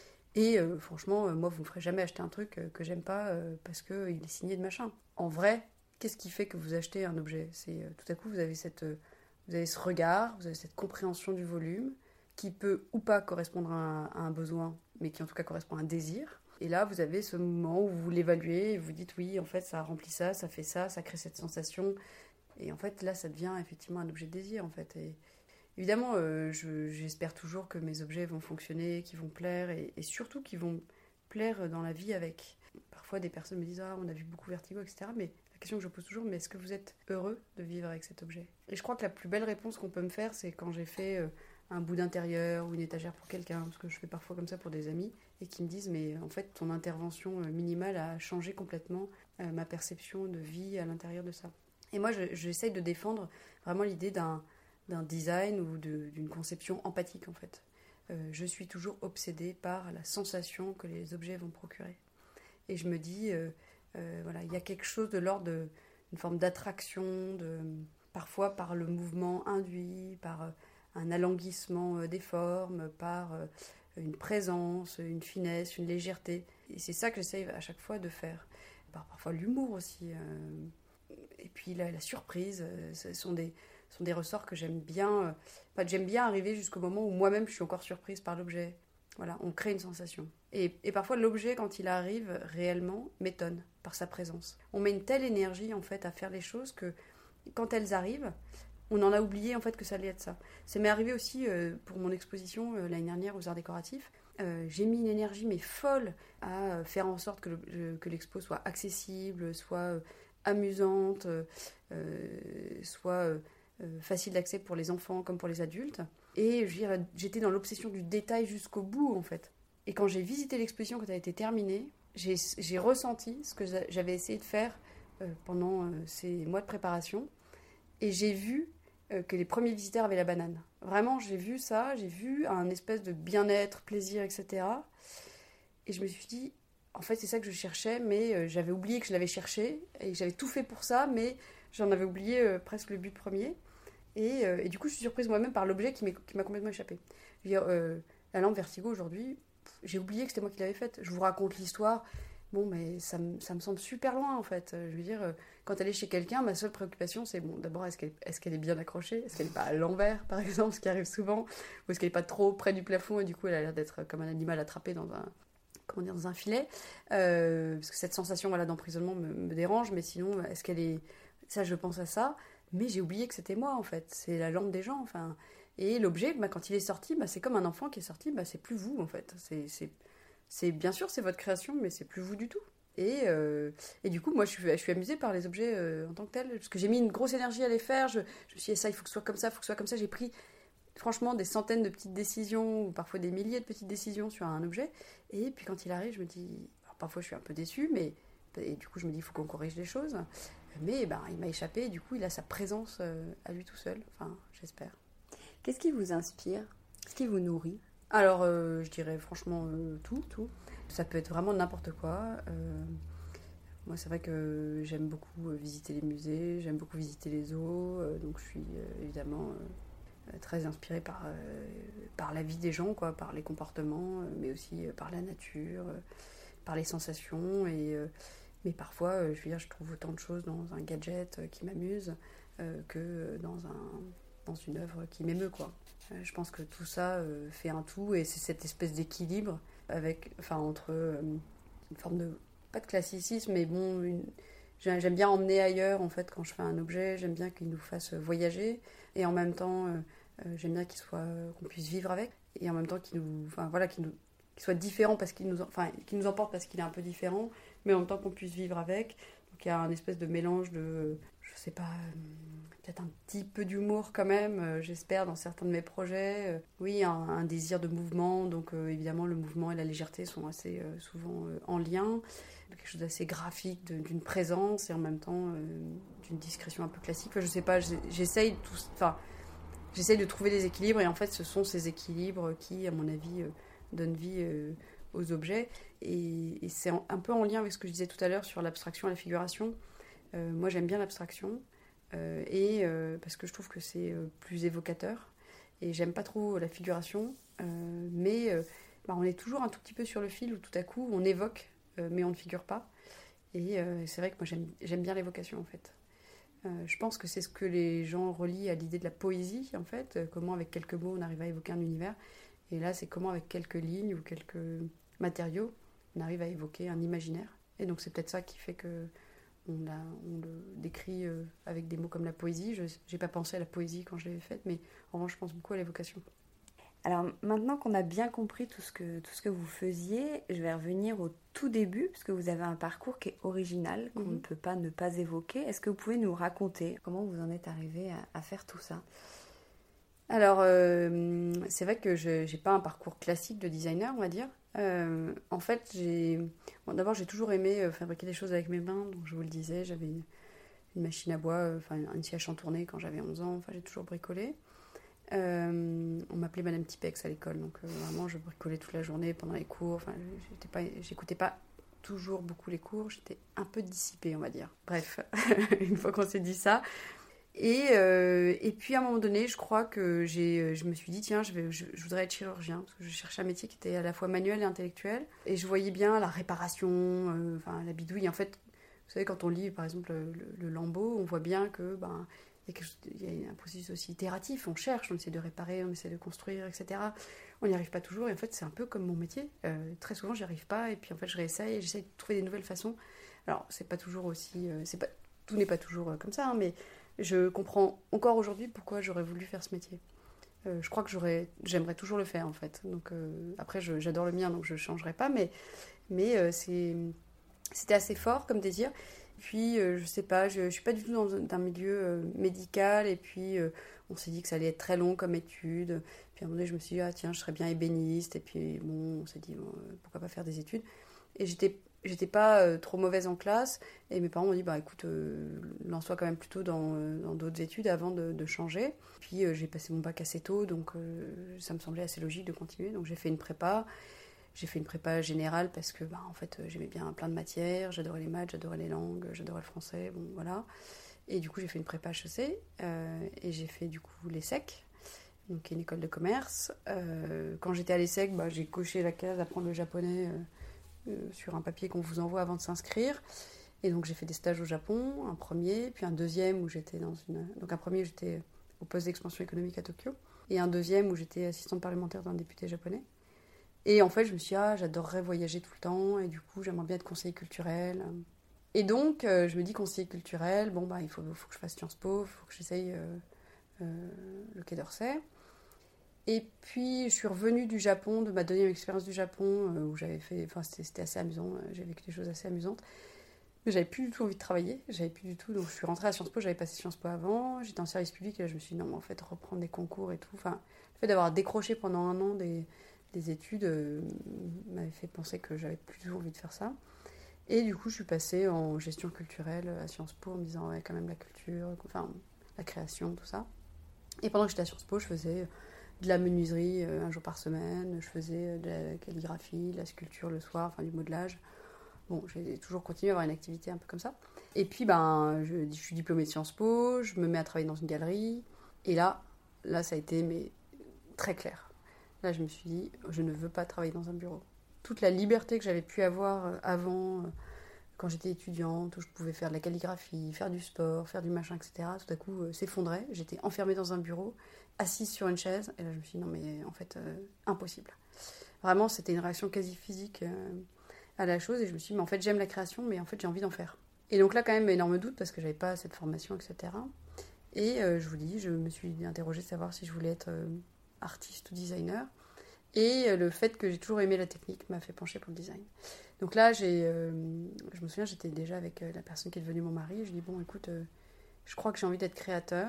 Et euh, franchement, euh, moi, vous me ferez jamais acheter un truc euh, que j'aime pas euh, parce qu'il est signé de machin. En vrai, qu'est-ce qui fait que vous achetez un objet? C'est euh, tout à coup, vous avez, cette, euh, vous avez ce regard, vous avez cette compréhension du volume qui peut ou pas correspondre à un, à un besoin, mais qui en tout cas correspond à un désir. Et là, vous avez ce moment où vous l'évaluez et vous dites oui, en fait, ça remplit ça, ça fait ça, ça crée cette sensation. Et en fait, là, ça devient effectivement un objet de désir, en fait. Et évidemment, euh, je, j'espère toujours que mes objets vont fonctionner, qu'ils vont plaire, et, et surtout qu'ils vont plaire dans la vie avec. Parfois, des personnes me disent « Ah, on a vu beaucoup Vertigo, et cetera » Mais la question que je pose toujours, mais est-ce que vous êtes heureux de vivre avec cet objet? Et je crois que la plus belle réponse qu'on peut me faire, c'est quand j'ai fait euh, un bout d'intérieur ou une étagère pour quelqu'un, parce que je fais parfois comme ça pour des amis, et qui me disent « Mais en fait, ton intervention minimale a changé complètement euh, ma perception de vie à l'intérieur de ça. » Et moi, je, j'essaye de défendre vraiment l'idée d'un, d'un design ou de, d'une conception empathique, en fait. Euh, je suis toujours obsédée par la sensation que les objets vont procurer. Et je me dis, euh, euh, voilà, il y a quelque chose de l'ordre d'une forme d'attraction, de, parfois par le mouvement induit, par euh, un alanguissement euh, des formes, par euh, une présence, une finesse, une légèreté. Et c'est ça que j'essaye à chaque fois de faire. Par parfois l'humour aussi. Euh, Et puis la, la surprise, euh, ce sont des, sont des ressorts que j'aime bien. Euh, enfin, j'aime bien arriver jusqu'au moment où moi-même je suis encore surprise par l'objet. Voilà, on crée une sensation. Et, et parfois l'objet, quand il arrive réellement, m'étonne par sa présence. On met une telle énergie en fait à faire les choses que quand elles arrivent, on en a oublié en fait que ça allait être ça. Ça m'est arrivé aussi euh, pour mon exposition euh, l'année dernière aux Arts Décoratifs. Euh, j'ai mis une énergie mais folle à faire en sorte que, le, que l'expo soit accessible, soit euh, amusante, euh, soit euh, facile d'accès pour les enfants comme pour les adultes. Et je veux dire, j'étais dans l'obsession du détail jusqu'au bout, en fait. Et quand j'ai visité l'exposition, quand elle a été terminée, j'ai, j'ai ressenti ce que j'avais essayé de faire euh, pendant euh, ces mois de préparation. Et j'ai vu euh, que les premiers visiteurs avaient la banane. Vraiment, j'ai vu ça, j'ai vu un espèce de bien-être, plaisir, et cetera. Et je me suis dit, en fait, c'est ça que je cherchais, mais euh, j'avais oublié que je l'avais cherché, et j'avais tout fait pour ça, mais j'en avais oublié euh, presque le but premier. Et, euh, et du coup, je suis surprise moi-même par l'objet qui, qui m'a complètement échappé. Je veux dire, euh, la lampe Vertigo, aujourd'hui, pff, j'ai oublié que c'était moi qui l'avais faite. Je vous raconte l'histoire, bon, mais ça, ça me semble super loin, en fait. Je veux dire, euh, quand elle est chez quelqu'un, ma seule préoccupation, c'est, bon, d'abord, est-ce qu'elle, est-ce qu'elle est bien accrochée? Est-ce qu'elle n'est pas à l'envers, par exemple, ce qui arrive souvent? Ou est-ce qu'elle n'est pas trop près du plafond, et du coup, elle a l'air d'être comme un animal attrapé dans un... comment dire, dans un filet, euh, parce que cette sensation voilà, d'emprisonnement me, me dérange, mais sinon, est-ce qu'elle est... Ça, je pense à ça, mais j'ai oublié que c'était moi, en fait. C'est la lampe des gens, enfin. Et l'objet, bah, quand il est sorti, bah, c'est comme un enfant qui est sorti, bah, c'est plus vous, en fait. C'est, c'est... c'est bien sûr c'est votre création, mais c'est plus vous du tout. Et, euh, et du coup, moi, je suis, je suis amusée par les objets euh, en tant que tels, parce que j'ai mis une grosse énergie à les faire. Je, je me suis dit, ça, il faut que ce soit comme ça, il faut que ce soit comme ça. J'ai pris, franchement, des centaines de petites décisions, ou parfois des milliers de petites décisions sur un objet. Et puis quand il arrive, je me dis, alors, parfois je suis un peu déçue, mais et du coup, je me dis, il faut qu'on corrige les choses. Mais ben, il m'a échappé, et du coup, il a sa présence euh, à lui tout seul. Enfin, j'espère. Qu'est-ce qui vous inspire? Qu'est-ce qui vous nourrit? Alors, euh, je dirais franchement euh, tout, tout. Ça peut être vraiment n'importe quoi. Euh, moi, c'est vrai que j'aime beaucoup visiter les musées, j'aime beaucoup visiter les zoos, euh, donc je suis euh, évidemment euh, très inspirée par, euh, par la vie des gens, quoi, par les comportements, euh, mais aussi euh, par la nature, euh, par les sensations. Et, euh, mais parfois, euh, je veux dire, je trouve autant de choses dans un gadget euh, qui m'amuse euh, que dans, un, dans une œuvre qui m'émeut, quoi. Euh, je pense que tout ça euh, fait un tout, et c'est cette espèce d'équilibre avec, enfin, entre euh, une forme de, pas de classicisme, mais bon, une, j'aime bien emmener ailleurs, en fait, quand je fais un objet, j'aime bien qu'il nous fasse voyager, et en même temps, euh, euh, j'aime bien qu'il soit, qu'on puisse vivre avec, et en même temps qu'il nous, enfin, voilà, qu'il nous, qu'il soit différent parce qu'il nous, enfin, qu'il nous emporte parce qu'il est un peu différent, mais en même temps qu'on puisse vivre avec. Donc il y a un espèce de mélange de, je sais pas, euh, peut-être un petit peu d'humour quand même, euh, j'espère, dans certains de mes projets. Euh, oui, un, un désir de mouvement, donc euh, évidemment le mouvement et la légèreté sont assez euh, souvent euh, en lien. Quelque chose d'assez graphique, de, d'une présence et en même temps euh, d'une discrétion un peu classique. Enfin, je sais pas, j'essaye tout, enfin, j'essaye de trouver des équilibres, et en fait ce sont ces équilibres qui, à mon avis, euh, donnent vie euh, aux objets. Et, et c'est en, un peu en lien avec ce que je disais tout à l'heure sur l'abstraction et la figuration. Euh, moi j'aime bien l'abstraction, euh, et euh, parce que je trouve que c'est euh, plus évocateur, et j'aime pas trop la figuration, euh, mais euh, bah, on est toujours un tout petit peu sur le fil où tout à coup on évoque, euh, mais on ne figure pas. Et euh, c'est vrai que moi j'aime, j'aime bien l'évocation en fait. Euh, je pense que c'est ce que les gens relient à l'idée de la poésie en fait, euh, comment avec quelques mots on arrive à évoquer un univers. Et là c'est comment avec quelques lignes ou quelques matériaux on arrive à évoquer un imaginaire. Et donc c'est peut-être ça qui fait que on, l'a, on le décrit euh, avec des mots comme la poésie. Je n'ai pas pensé à la poésie quand je l'avais faite, mais en revanche je pense beaucoup à l'évocation. Alors maintenant qu'on a bien compris tout ce que, tout ce que vous faisiez, je vais revenir au tout début, parce que vous avez un parcours qui est original, qu'on mm-hmm. ne peut pas ne pas évoquer. Est-ce que vous pouvez nous raconter comment vous en êtes arrivé à, à faire tout ça? Alors, euh, c'est vrai que je n'ai pas un parcours classique de designer, on va dire. Euh, en fait, j'ai... Bon, d'abord, j'ai toujours aimé euh, fabriquer des choses avec mes mains. Donc, je vous le disais, j'avais une, une machine à bois, enfin, une scie à chantourner quand j'avais onze ans. Enfin, j'ai toujours bricolé. Euh, on m'appelait Madame Tipex à l'école, donc euh, vraiment je bricolais toute la journée pendant les cours. Enfin, j'étais pas, j'écoutais pas toujours beaucoup les cours, j'étais un peu dissipée, on va dire. Bref, une fois qu'on s'est dit ça. Et, euh, et puis à un moment donné, je crois que j'ai, je me suis dit, tiens, je, vais, je, je voudrais être chirurgien, parce que je cherchais un métier qui était à la fois manuel et intellectuel. Et je voyais bien la réparation, euh, enfin la bidouille. En fait, vous savez, quand on lit par exemple le, le, le Lambeau, on voit bien que ben, il y a quelque chose, il y a un processus aussi itératif, on cherche, on essaie de réparer, on essaie de construire, et cetera. On n'y arrive pas toujours, et en fait c'est un peu comme mon métier. Euh, très souvent j'y arrive pas, et puis en fait je réessaye, et j'essaie de trouver des nouvelles façons. Alors c'est pas toujours aussi, euh, c'est pas, tout n'est pas toujours euh, comme ça, hein, mais je comprends encore aujourd'hui pourquoi j'aurais voulu faire ce métier. Euh, je crois que j'aurais, j'aimerais toujours le faire en fait. Donc euh, après je, j'adore le mien, donc je changerai pas, mais, mais euh, c'est, c'était assez fort comme désir. Puis, euh, je sais pas, je, je suis pas du tout dans un milieu euh, médical, et puis euh, on s'est dit que ça allait être très long comme étude. Puis à un moment donné, je me suis dit, ah tiens, je serais bien ébéniste, et puis bon, on s'est dit, bon, euh, pourquoi pas faire des études. Et j'étais, j'étais pas euh, trop mauvaise en classe, et mes parents m'ont dit, bah écoute, euh, lance-toi quand même plutôt dans, euh, dans d'autres études avant de, de changer. Puis euh, j'ai passé mon bac assez tôt, donc euh, ça me semblait assez logique de continuer, donc j'ai fait une prépa. J'ai fait une prépa générale parce que bah, en fait, j'aimais bien plein de matières, j'adorais les maths, j'adorais les langues, j'adorais le français, bon voilà. Et du coup, j'ai fait une prépa H E C, euh, et j'ai fait du coup l'ESSEC, donc une école de commerce. Euh, quand j'étais à l'ESSEC, bah, j'ai coché la case apprendre le japonais euh, euh, sur un papier qu'on vous envoie avant de s'inscrire. Et donc j'ai fait des stages au Japon, un premier, puis un deuxième où j'étais dans une... Donc un premier, j'étais au poste d'expansion économique à Tokyo, et un deuxième où j'étais assistante parlementaire d'un député japonais. Et en fait, je me suis dit, ah, j'adorerais voyager tout le temps, et du coup, j'aimerais bien être conseiller culturel. Et donc, euh, je me dis, conseiller culturel, bon, bah, il faut, faut que je fasse Sciences Po, il faut que j'essaye euh, euh, le Quai d'Orsay. Et puis, je suis revenue du Japon, de ma deuxième expérience du Japon, euh, où j'avais fait... Enfin, c'était, c'était assez amusant, euh, j'ai vécu des choses assez amusantes. Mais j'avais plus du tout envie de travailler, j'avais plus du tout... Donc, je suis rentrée à Sciences Po, j'avais passé Sciences Po avant, j'étais en service public, et là, je me suis dit, non, mais en fait, reprendre des concours et tout... Enfin, le fait d'avoir décroché pendant un an des, des études euh, m'avait fait penser que j'avais plus du tout envie de faire ça. Et du coup, je suis passée en gestion culturelle à Sciences Po, en me disant, ouais, quand même, la culture, enfin, la création, tout ça. Et pendant que j'étais à Sciences Po, je faisais de la menuiserie euh, un jour par semaine, je faisais de la calligraphie, de la sculpture le soir, enfin du modelage. Bon, j'ai toujours continué à avoir une activité un peu comme ça. Et puis, ben, je, je suis diplômée de Sciences Po, je me mets à travailler dans une galerie. Et là, là, ça a été mais, très clair. Là, je me suis dit, je ne veux pas travailler dans un bureau. Toute la liberté que j'avais pu avoir avant, euh, quand j'étais étudiante, où je pouvais faire de la calligraphie, faire du sport, faire du machin, et cetera, tout à coup, euh, s'effondrait. J'étais enfermée dans un bureau, assise sur une chaise. Et là, je me suis dit, non, mais en fait, euh, impossible. Vraiment, c'était une réaction quasi physique euh, à la chose. Et je me suis dit, mais en fait, j'aime la création, mais en fait, j'ai envie d'en faire. Et donc là, quand même, énorme doute, parce que j'avais pas cette formation, et cetera. Et euh, je vous dis, je me suis interrogée de savoir si je voulais être euh, artiste ou designer. Et euh, le fait que j'ai toujours aimé la technique m'a fait pencher pour le design. Donc là, j'ai, euh, je me souviens, j'étais déjà avec euh, la personne qui est devenue mon mari. Et je lui ai dit, bon, écoute, euh, je crois que j'ai envie d'être créateur.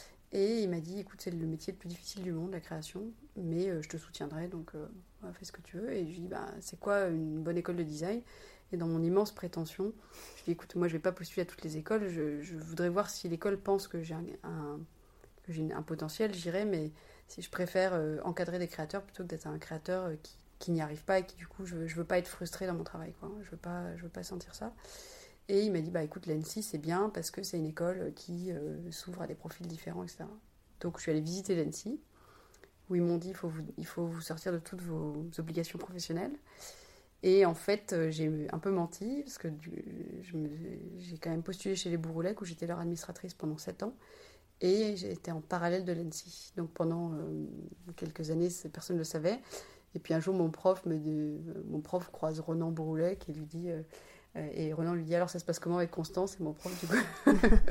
Et il m'a dit, écoute, c'est le métier le plus difficile du monde, la création, mais euh, je te soutiendrai, donc euh, fais ce que tu veux. Et je lui ai dit, bah, c'est quoi une bonne école de design ? Et dans mon immense prétention, je lui ai dit, écoute, moi, je ne vais pas postuler à toutes les écoles. Je, je voudrais voir si l'école pense que j'ai un, un, que j'ai un potentiel, j'irai, mais si je préfère euh, encadrer des créateurs plutôt que d'être un créateur euh, qui, qui n'y arrive pas et qui, du coup, je ne veux pas être frustrée dans mon travail, quoi. Je ne veux pas, je veux pas sentir ça. Et il m'a dit, bah écoute, l'E N S I, c'est bien parce que c'est une école qui euh, s'ouvre à des profils différents, et cetera. Donc je suis allée visiter l'E N S I, où ils m'ont dit, il faut vous, il faut vous sortir de toutes vos obligations professionnelles. Et en fait, euh, j'ai un peu menti, parce que du, je me, j'ai quand même postulé chez les Bouroulec, où j'étais leur administratrice pendant sept ans. Et j'étais en parallèle de l'E N S I. Donc pendant euh, quelques années, personne ne le savait. Et puis un jour, mon prof, me dit, mon prof croise Ronan Bouroulec et lui dit... Euh, Et Ronan lui dit, alors ça se passe comment avec Constance ? Et mon prof, du coup,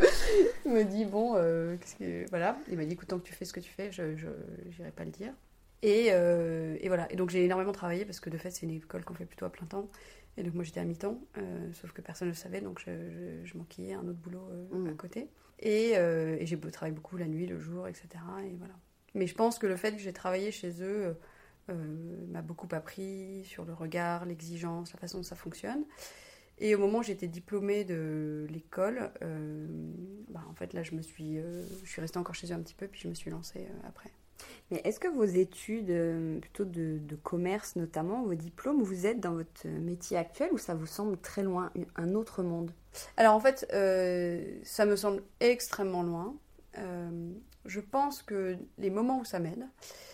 me dit, bon, euh, qu'est-ce que... voilà. Il m'a dit, écoute, tant que tu fais ce que tu fais, je n'irai pas le dire. Et, euh, et voilà. Et donc, j'ai énormément travaillé parce que, de fait, c'est une école qu'on fait plutôt à plein temps. Et donc, moi, j'étais à mi-temps, euh, sauf que personne ne le savait. Donc, je, je, je manquais un autre boulot euh, mmh. à côté. Et, euh, et j'ai travaillé beaucoup la nuit, le jour, et cetera. Et voilà. Mais je pense que le fait que j'ai travaillé chez eux euh, m'a beaucoup appris sur le regard, l'exigence, la façon dont ça fonctionne. Et au moment où j'étais diplômée de l'école, euh, bah en fait là je me suis, euh, je suis restée encore chez eux un petit peu, puis je me suis lancée euh, après. Mais est-ce que vos études, euh, plutôt de, de commerce notamment, vos diplômes, vous êtes dans votre métier actuel ou ça vous semble très loin, un autre monde ? Alors en fait, euh, ça me semble extrêmement loin. Euh, je pense que les moments où ça m'aide,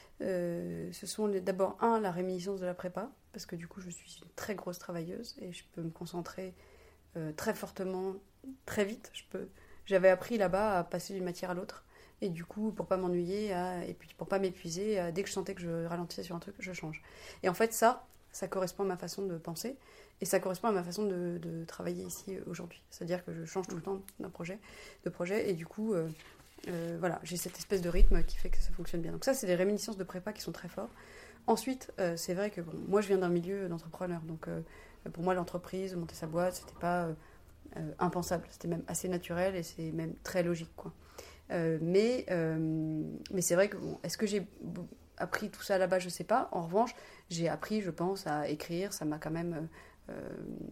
euh, ce sont les, d'abord, un, la réminiscence de la prépa, parce que du coup je suis une très grosse travailleuse et je peux me concentrer euh, très fortement, très vite. Je peux... J'avais appris là-bas à passer d'une matière à l'autre et du coup pour pas m'ennuyer à... et puis pour pas m'épuiser, à... dès que je sentais que je ralentissais sur un truc, je change. Et en fait ça, ça correspond à ma façon de penser et ça correspond à ma façon de, de travailler ici aujourd'hui. C'est-à-dire que je change tout le temps d'un projet, de projet et du coup... Euh, Euh, voilà, j'ai cette espèce de rythme qui fait que ça fonctionne bien. Donc ça, c'est des réminiscences de prépa qui sont très forts. Ensuite, euh, c'est vrai que bon, moi, je viens d'un milieu d'entrepreneur. Donc euh, pour moi, l'entreprise, monter sa boîte, c'était pas euh, euh, impensable. C'était même assez naturel et c'est même très logique, quoi. Euh, mais, euh, mais c'est vrai que, bon, est-ce que j'ai appris tout ça là-bas ? Je sais pas. En revanche, j'ai appris, je pense, à écrire. Ça m'a quand même... Euh,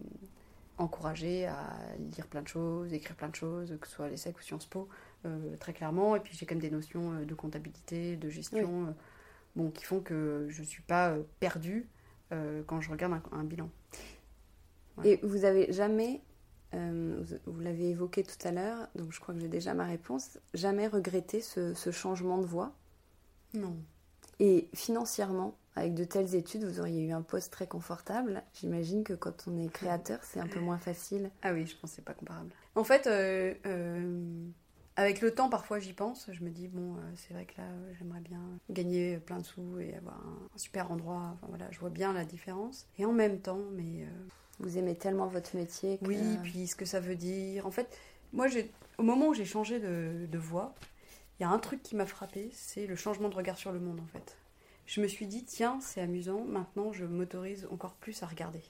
encouragée à lire plein de choses, écrire plein de choses, que ce soit à l'ESSEC ou Sciences Po, euh, très clairement. Et puis j'ai quand même des notions euh, de comptabilité, de gestion, oui. euh, bon, qui font que je ne suis pas euh, perdue euh, quand je regarde un, un bilan. Voilà. Et vous avez jamais, euh, vous, vous l'avez évoqué tout à l'heure, donc je crois que j'ai déjà ma réponse, jamais regretté ce, ce changement de voie ? Non. Et financièrement, avec de telles études, vous auriez eu un poste très confortable. J'imagine que quand on est créateur, c'est un peu moins facile. Ah oui, je pense que c'est pas comparable. En fait, euh, euh, avec le temps, parfois j'y pense. Je me dis, bon, euh, c'est vrai que là, euh, j'aimerais bien gagner plein de sous et avoir un, un super endroit. Enfin voilà, je vois bien la différence. Et en même temps, mais... Euh, vous aimez tellement votre métier que... Oui, puis ce que ça veut dire. En fait, moi, j'ai, au moment où j'ai changé de, de voie, il y a un truc qui m'a frappée, c'est le changement de regard sur le monde, en fait. je me suis dit, tiens, c'est amusant, maintenant je m'autorise encore plus à regarder.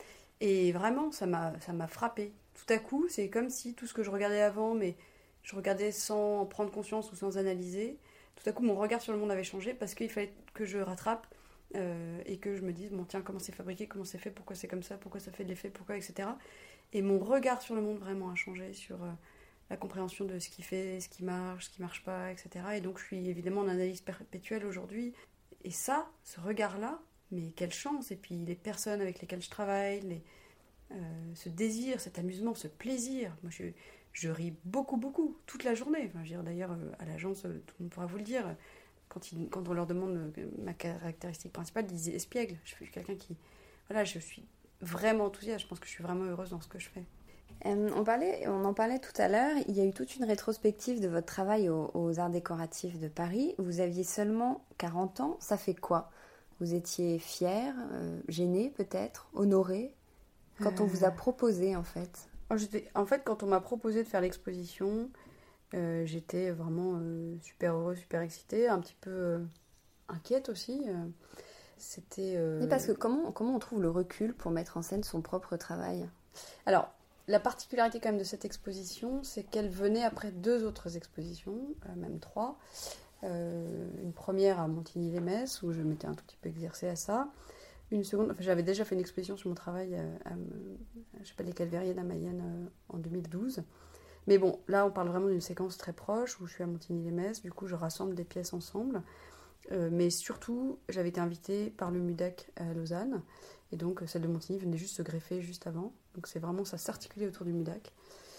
Et vraiment, ça m'a, ça m'a frappée. Tout à coup, c'est comme si tout ce que je regardais avant, mais je regardais sans en prendre conscience ou sans analyser, tout à coup, mon regard sur le monde avait changé parce qu'il fallait que je rattrape euh, et que je me dise, bon, tiens, comment c'est fabriqué, comment c'est fait, pourquoi c'est comme ça, pourquoi ça fait de l'effet, pourquoi, et cetera. Et mon regard sur le monde vraiment a changé sur euh, la compréhension de ce qui fait, ce qui marche, ce qui marche pas, et cetera. Et donc, je suis évidemment en analyse perpétuelle aujourd'hui. Et ça, ce regard-là, mais quelle chance! Et puis, les personnes avec lesquelles je travaille, les, euh, ce désir, cet amusement, ce plaisir. Moi, je, je ris beaucoup, beaucoup, toute la journée. Enfin, je veux dire, d'ailleurs, à l'agence, tout le monde pourra vous le dire. Quand, ils, quand on leur demande ma caractéristique principale, ils disent espiègle. Je suis quelqu'un qui... Voilà, je suis vraiment enthousiaste. Je pense que je suis vraiment heureuse dans ce que je fais. Euh, on, parlait, on en parlait tout à l'heure. Il y a eu toute une rétrospective de votre travail aux, aux Arts décoratifs de Paris. Vous aviez seulement quarante ans. Ça fait quoi? Vous étiez fière, euh, gênée peut-être, honorée, quand on vous a proposé en fait? En fait, quand on m'a proposé de faire l'exposition, euh, j'étais vraiment euh, super heureuse, super excitée, un petit peu euh, inquiète aussi. Euh, c'était. Euh... Mais parce que comment, comment on trouve le recul pour mettre en scène son propre travail? Alors, la particularité quand même de cette exposition, c'est qu'elle venait après deux autres expositions, euh, même trois. Euh, une première à Montigny-lès-Metz, où je m'étais un tout petit peu exercée à ça. Une seconde, enfin, j'avais déjà fait une exposition sur mon travail à, à, à Chapelle des Calvériennes à Mayenne euh, en deux mille douze. Mais bon, là on parle vraiment d'une séquence très proche où je suis à Montigny-lès-Metz, du coup je rassemble des pièces ensemble. Euh, mais surtout, j'avais été invitée par le MUDAC à Lausanne, et donc celle de Montigny venait juste se greffer juste avant. Donc c'est vraiment, ça s'articulait autour du MUDAC.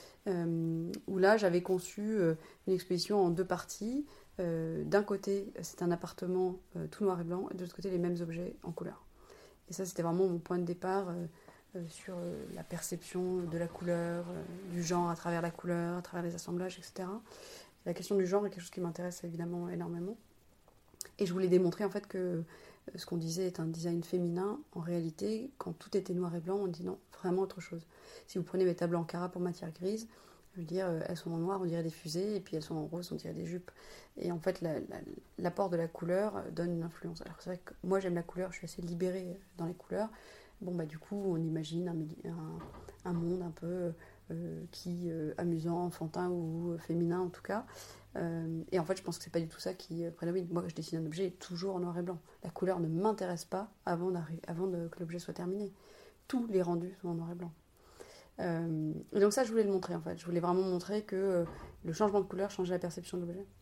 Euh, où là j'avais conçu euh, une exposition en deux parties. Euh, d'un côté, c'est un appartement euh, tout noir et blanc, et de l'autre côté, les mêmes objets en couleur. Et ça, c'était vraiment mon point de départ euh, euh, sur euh, la perception de la couleur, euh, du genre à travers la couleur, à travers les assemblages, et cetera. La question du genre est quelque chose qui m'intéresse évidemment énormément. Et je voulais démontrer en fait que euh, ce qu'on disait est un design féminin. En réalité, quand tout était noir et blanc, on dit non, vraiment autre chose. Si vous prenez mes tables en cara pour matière grise, je veux dire, elles sont en noir, on dirait des fusées, et puis elles sont en rose, on dirait des jupes. Et en fait, la, la, l'apport de la couleur donne une influence. Alors c'est vrai que moi j'aime la couleur, je suis assez libérée dans les couleurs. Bon bah du coup, on imagine un, un, un monde un peu euh, qui euh, amusant, enfantin ou féminin en tout cas. Euh, et en fait, je pense que c'est pas du tout ça qui prédomine. Moi, je dessine un objet toujours en noir et blanc. La couleur ne m'intéresse pas avant, avant de, que l'objet soit terminé. Tous les rendus sont en noir et blanc. Euh, et donc ça, je voulais le montrer en fait. Je voulais vraiment montrer que euh, le changement de couleur changeait la perception de l'objet.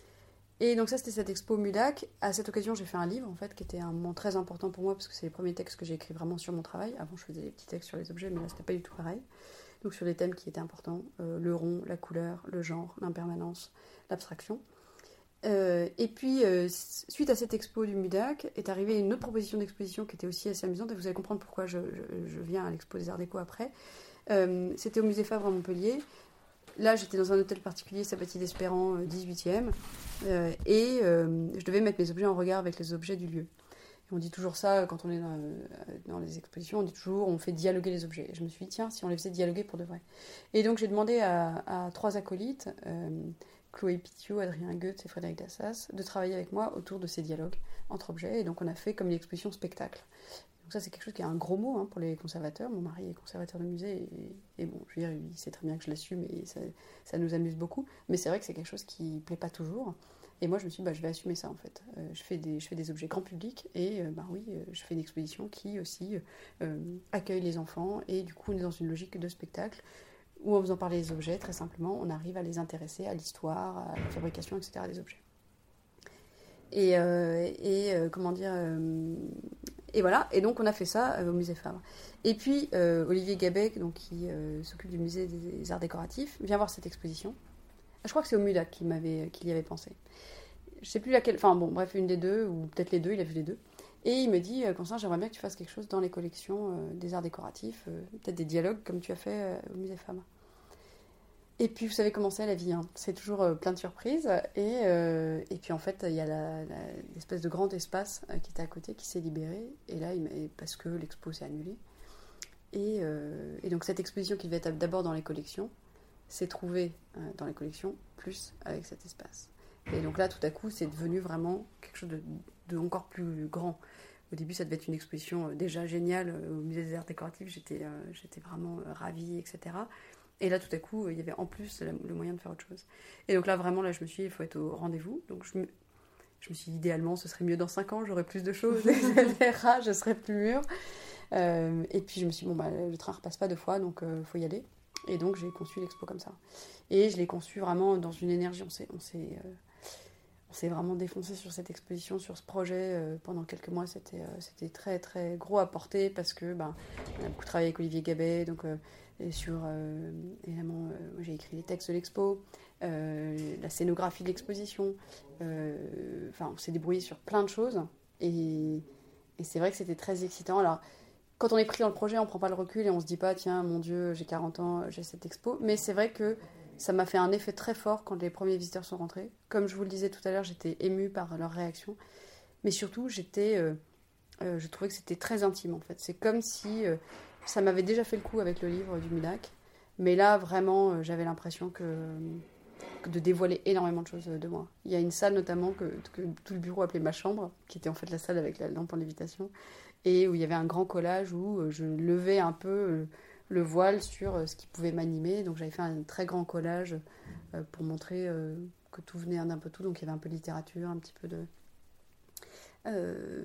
Et donc ça, c'était cette expo MUDAC. À cette occasion, j'ai fait un livre en fait, qui était un moment très important pour moi parce que c'est les premiers textes que j'ai écrits vraiment sur mon travail. Avant, je faisais des petits textes sur les objets, mais là, c'était pas du tout pareil. Donc sur des thèmes qui étaient importants, euh, le rond, la couleur, le genre, l'impermanence, l'abstraction. Euh, et puis, euh, suite à cette expo du MUDAC, est arrivée une autre proposition d'exposition qui était aussi assez amusante, et vous allez comprendre pourquoi je, je, je viens à l'expo des Arts Déco après. Euh, c'était au musée Fabre à Montpellier. Là, j'étais dans un hôtel particulier, Sabatier d'Espérance, euh, dix-huitième, euh, et euh, je devais mettre mes objets en regard avec les objets du lieu. Et on dit toujours ça quand on est dans, euh, dans les expositions, on dit toujours on fait dialoguer les objets. Et je me suis dit, tiens, si on les faisait dialoguer pour de vrai. Et donc, j'ai demandé à, à trois acolytes, euh, Chloé Pitiot, Adrien Goetz et Frédéric Dassas, de travailler avec moi autour de ces dialogues entre objets. Et donc, on a fait comme une exposition spectacle. Donc ça, c'est quelque chose qui est un gros mot hein, pour les conservateurs. Mon mari est conservateur de musée et, et bon, je veux dire, il sait très bien que je l'assume et ça, ça nous amuse beaucoup. Mais c'est vrai que c'est quelque chose qui ne plaît pas toujours. Et moi, je me suis dit, bah, je vais assumer ça en fait. Euh, je, fais des, je fais des objets grand public et euh, bah, oui, euh, je fais une exposition qui aussi euh, accueille les enfants. Et du coup, on est dans une logique de spectacle où en faisant parler les objets, très simplement, on arrive à les intéresser à l'histoire, à la fabrication, et cetera des objets. Et, euh, et euh, comment dire euh, et voilà, et donc on a fait ça euh, au musée Fabre. Et puis euh, Olivier Gabec, donc, qui euh, s'occupe du musée des Arts décoratifs, vient voir cette exposition. Je crois que c'est au MUDAC qu'il m'avait, qu'il y avait pensé. Je sais plus laquelle, enfin bon, bref, une des deux, ou peut-être les deux, il a vu les deux. Et il me dit, Constance, j'aimerais bien que tu fasses quelque chose dans les collections euh, des arts décoratifs, euh, peut-être des dialogues comme tu as fait euh, au musée Fabre. Et puis vous savez comment c'est la vie, hein. C'est toujours euh, plein de surprises. Et, euh, et puis en fait, il y a la, la, l'espèce de grand espace euh, qui était à côté qui s'est libéré. Et là, il m'a, parce que l'expo s'est annulée. Et, euh, et donc cette exposition qui devait être d'abord dans les collections s'est trouvée euh, dans les collections, plus avec cet espace. Et donc là, tout à coup, c'est devenu vraiment quelque chose de, de encore plus grand. Au début, ça devait être une exposition déjà géniale au Musée des Arts Décoratifs. J'étais, euh, j'étais vraiment ravie, et cetera. Et là, tout à coup, il y avait en plus le moyen de faire autre chose. Et donc là, vraiment, là, je me suis dit, il faut être au rendez-vous. Donc je me, je me suis dit, idéalement, ce serait mieux dans cinq ans, j'aurais plus de choses, et cetera. Je serais plus mûre. Euh, et puis je me suis dit, bon, bah, le train ne repasse pas deux fois, donc il euh, faut y aller. Et donc j'ai conçu l'expo comme ça. Et je l'ai conçu vraiment dans une énergie. On s'est, on s'est, euh, on s'est vraiment défoncé sur cette exposition, sur ce projet. Euh, pendant quelques mois, c'était, euh, c'était très, très gros à porter parce que ben, on a beaucoup travaillé avec Olivier Gabet. Donc, euh, et sur, euh, évidemment, euh, moi, j'ai écrit les textes de l'expo, euh, la scénographie de l'exposition. Euh, enfin, on s'est débrouillé sur plein de choses. Et, et c'est vrai que c'était très excitant. Alors, quand on est pris dans le projet, on ne prend pas le recul et on ne se dit pas, tiens, mon Dieu, j'ai quarante ans, j'ai cette expo. Mais c'est vrai que ça m'a fait un effet très fort quand les premiers visiteurs sont rentrés. Comme je vous le disais tout à l'heure, j'étais émue par leur réaction. Mais surtout, j'étais, euh, euh, je trouvais que c'était très intime, en fait. C'est comme si euh, ça m'avait déjà fait le coup avec le livre du Mudac. Mais là, vraiment, euh, j'avais l'impression que, que de dévoiler énormément de choses de moi. Il y a une salle, notamment, que, que tout le bureau appelait ma chambre, qui était en fait la salle avec la lampe en lévitation. Et où il y avait un grand collage où je levais un peu le voile sur ce qui pouvait m'animer. Donc j'avais fait un très grand collage pour montrer que tout venait d'un peu tout. Donc il y avait un peu de littérature, un petit peu de euh,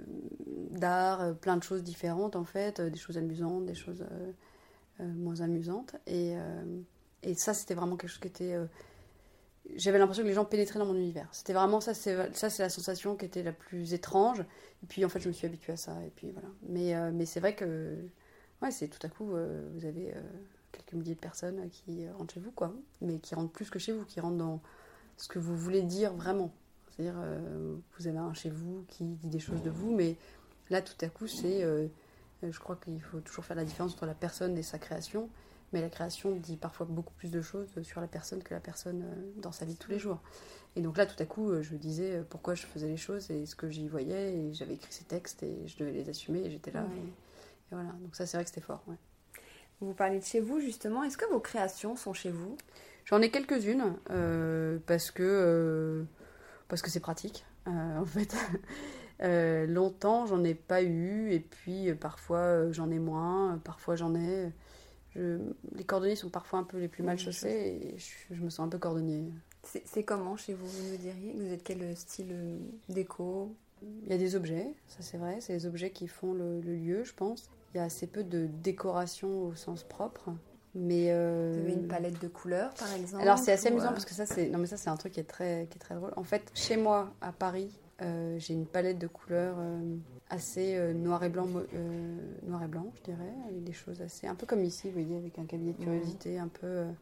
d'art, plein de choses différentes en fait, des choses amusantes, des choses euh, moins amusantes. Et, euh, et ça, c'était vraiment quelque chose qui était... Euh, j'avais l'impression que les gens pénétraient dans mon univers. C'était vraiment ça, c'est, ça, c'est la sensation qui était la plus étrange. Et puis en fait, je me suis habituée à ça. Et puis voilà. Mais, euh, mais c'est vrai que ouais, c'est tout à coup, euh, vous avez euh, quelques milliers de personnes qui rentrent chez vous, quoi. Mais qui rentrent plus que chez vous, qui rentrent dans ce que vous voulez dire vraiment. C'est-à-dire, euh, vous avez un chez vous qui dit des choses de vous, mais là, tout à coup, c'est... Euh, je crois qu'il faut toujours faire la différence entre la personne et sa création. Mais la création dit parfois beaucoup plus de choses sur la personne que la personne dans sa vie de tous les jours. Et donc là, tout à coup, je disais pourquoi je faisais les choses et ce que j'y voyais. Et j'avais écrit ces textes et je devais les assumer et j'étais là. Mmh. Et, et voilà. Donc ça, c'est vrai que c'était fort. Ouais. Vous parlez de chez vous, justement. Est-ce que vos créations sont chez vous ? J'en ai quelques-unes euh, parce que euh, parce que c'est pratique, euh, en fait. euh, longtemps, j'en ai pas eu. Et puis, euh, parfois, j'en ai moins. Parfois, j'en ai... Je, les cordonniers sont parfois un peu les plus mal chaussés et je, je me sens un peu cordonnier. C'est, c'est comment chez vous, vous nous diriez ? Vous êtes quel style déco ? Il y a des objets, ça c'est vrai, c'est les objets qui font le, le lieu, je pense. Il y a assez peu de décoration au sens propre. Mais euh... Vous avez une palette de couleurs, par exemple ? Alors c'est assez ou... amusant parce que ça c'est, non mais ça c'est un truc qui est très, qui est très drôle. En fait, chez moi à Paris, euh, j'ai une palette de couleurs. Euh... assez euh, noir et blanc, euh, noir et blanc, je dirais, avec des choses assez, un peu comme ici, vous voyez, avec un cabinet de curiosité, un peu, euh,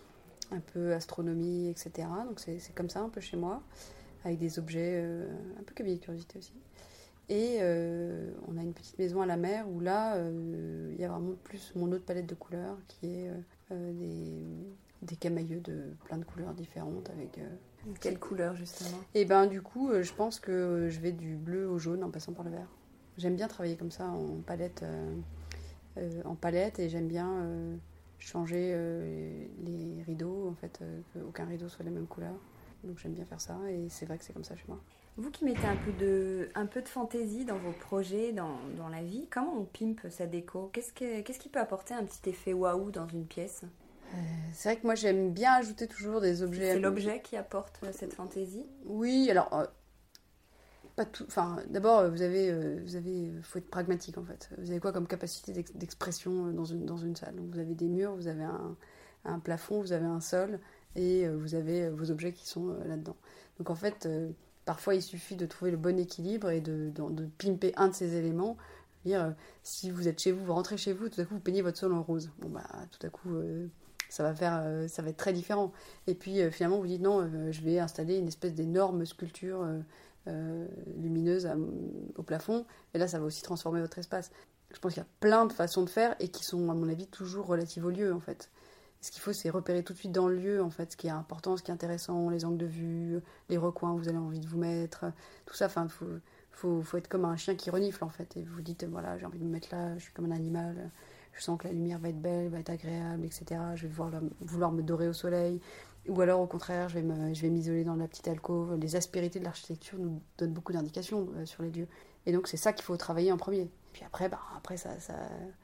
un peu astronomie, et cetera. Donc c'est, c'est comme ça un peu chez moi, avec des objets, euh, un peu cabinet de curiosité aussi. Et euh, on a une petite maison à la mer où là, euh, il y a vraiment plus mon autre palette de couleurs qui est euh, des, des camailleux de plein de couleurs différentes avec... Euh, Quelle couleur, justement ? Et ben du coup, euh, je pense que je vais du bleu au jaune en passant par le vert. J'aime bien travailler comme ça en palette, euh, euh, en palette et j'aime bien euh, changer euh, les rideaux, en fait, euh, qu'aucun rideau soit la même couleur. Donc j'aime bien faire ça et c'est vrai que c'est comme ça chez moi. Vous qui mettez un peu de, un peu de fantaisie dans vos projets, dans, dans la vie, comment on pimpe sa déco ? Qu'est-ce, que, qu'est-ce qui peut apporter un petit effet waouh dans une pièce ? Euh, c'est vrai que moi j'aime bien ajouter toujours des objets. C'est l'objet qui apporte cette fantaisie ? Oui, alors euh, pas tout. Enfin, d'abord vous avez, euh, vous avez, faut être pragmatique en fait. Vous avez quoi comme capacité d'ex- d'expression dans une dans une salle ? Donc vous avez des murs, vous avez un, un plafond, vous avez un sol et euh, vous avez vos objets qui sont euh, là-dedans. Donc en fait, euh, parfois il suffit de trouver le bon équilibre et de de, de pimper un de ces éléments. Dire euh, si vous êtes chez vous, vous rentrez chez vous, tout à coup vous peignez votre sol en rose. Bon bah tout à coup. Euh, ça va faire, euh, ça va être très différent. Et puis euh, finalement, vous dites non, euh, je vais installer une espèce d'énorme sculpture euh, euh, lumineuse à, au plafond. Et là, ça va aussi transformer votre espace. Je pense qu'il y a plein de façons de faire et qui sont, à mon avis, toujours relatives au lieu, en fait. Et ce qu'il faut, c'est repérer tout de suite dans le lieu, en fait, ce qui est important, ce qui est intéressant, les angles de vue, les recoins où vous avez envie de vous mettre, tout ça. Enfin, faut, faut, faut être comme un chien qui renifle, en fait. Et vous dites, voilà, j'ai envie de me mettre là, je suis comme un animal. Je sens que la lumière va être belle, va être agréable, et cetera. Je vais vouloir, vouloir me dorer au soleil. Ou alors, au contraire, je vais, me, je vais m'isoler dans la petite alcôve. Les aspérités de l'architecture nous donnent beaucoup d'indications euh, sur les lieux. Et donc, c'est ça qu'il faut travailler en premier. Puis après, bah, après ça, ça,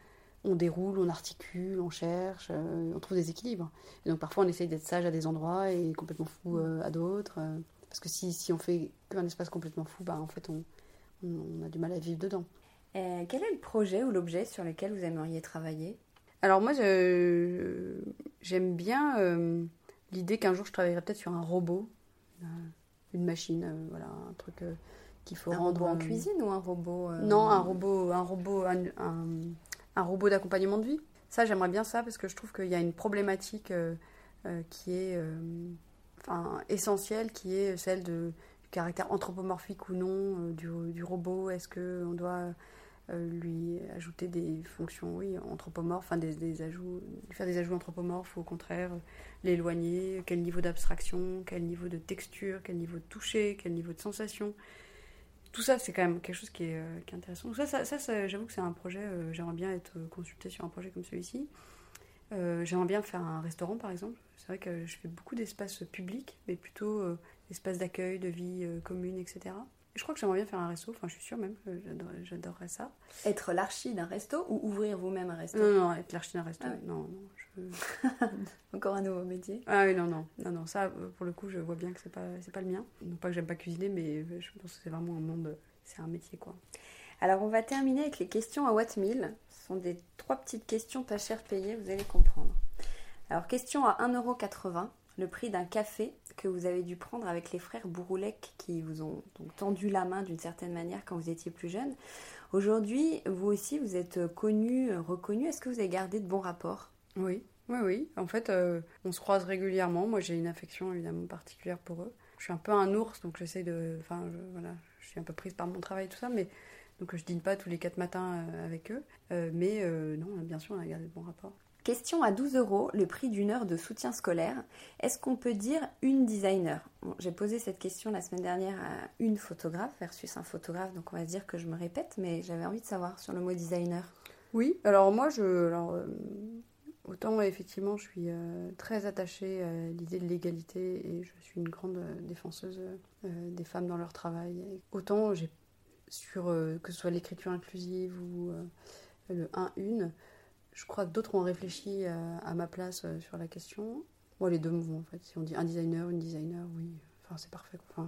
on déroule, on articule, on cherche, euh, on trouve des équilibres. Et donc, parfois, on essaye d'être sage à des endroits et complètement fou euh, à d'autres. Euh, parce que si, si on fait qu'un espace complètement fou, bah, en fait, on, on, on a du mal à vivre dedans. Euh, quel est le projet ou l'objet sur lequel vous aimeriez travailler ? Alors moi, je, j'aime bien euh, l'idée qu'un jour je travaillerai peut-être sur un robot, euh, une machine, euh, voilà, un truc euh, qu'il faut un rendre... Un robot en euh, cuisine ou un robot euh... Non, un robot, un robot, un, un, un robot d'accompagnement de vie. Ça, j'aimerais bien ça parce que je trouve qu'il y a une problématique euh, euh, qui est euh, enfin, essentielle, qui est celle de, du caractère anthropomorphique ou non euh, du, du robot. Est-ce qu'on doit... Euh, lui ajouter des fonctions oui, anthropomorphes, enfin des, des ajouts, faire des ajouts anthropomorphes ou au contraire euh, l'éloigner, quel niveau d'abstraction, quel niveau de texture, quel niveau de toucher, quel niveau de sensation. Tout ça, c'est quand même quelque chose qui est, euh, qui est intéressant. Donc ça, ça, ça, ça, j'avoue que c'est un projet, euh, j'aimerais bien être consultée sur un projet comme celui-ci. Euh, j'aimerais bien faire un restaurant par exemple. C'est vrai que je fais beaucoup d'espaces publics, mais plutôt euh, d'espaces d'accueil, de vie euh, commune, et cetera. Je crois que j'aimerais bien faire un resto, enfin je suis sûre même que j'adorerais, j'adorerais ça. Être l'archi d'un resto ou ouvrir vous-même un resto ? Non, non, être l'archi d'un resto, ah oui. non, non. Je... Encore un nouveau métier ? Ah oui, non, non, non, non, ça pour le coup je vois bien que c'est pas, c'est pas le mien. Non pas que j'aime pas cuisiner, mais je pense que c'est vraiment un monde, c'est un métier quoi. Alors on va terminer avec les questions à Watt mille. Ce sont des trois petites questions pas cher payées, vous allez comprendre. Alors question à un euro quatre-vingts. Le prix d'un café que vous avez dû prendre avec les frères Bouroulec qui vous ont donc tendu la main d'une certaine manière quand vous étiez plus jeune. Aujourd'hui, vous aussi, vous êtes connu, reconnu. Est-ce que vous avez gardé de bons rapports ? Oui, oui, oui. En fait, euh, on se croise régulièrement. Moi, j'ai une affection évidemment particulière pour eux. Je suis un peu un ours, donc j'essaie de... Enfin, je, voilà, je suis un peu prise par mon travail et tout ça, mais... Donc je dîne pas tous les quatre matins euh, avec eux. Euh, mais euh, non, bien sûr, on a gardé de bons rapports. Question à douze euros, le prix d'une heure de soutien scolaire. Est-ce qu'on peut dire une designer ? Bon, j'ai posé cette question la semaine dernière à une photographe versus un photographe, donc on va se dire que je me répète, mais j'avais envie de savoir sur le mot designer. Oui, alors moi, je, alors, euh, autant effectivement, je suis euh, très attachée à l'idée de l'égalité et je suis une grande défenseuse euh, des femmes dans leur travail. Et autant j'ai sur euh, que ce soit l'écriture inclusive ou euh, le un une, je crois que d'autres ont réfléchi à, à ma place euh, sur la question. Moi, les deux me vont en fait. Si on dit un designer, une designer, oui, enfin c'est parfait. Enfin,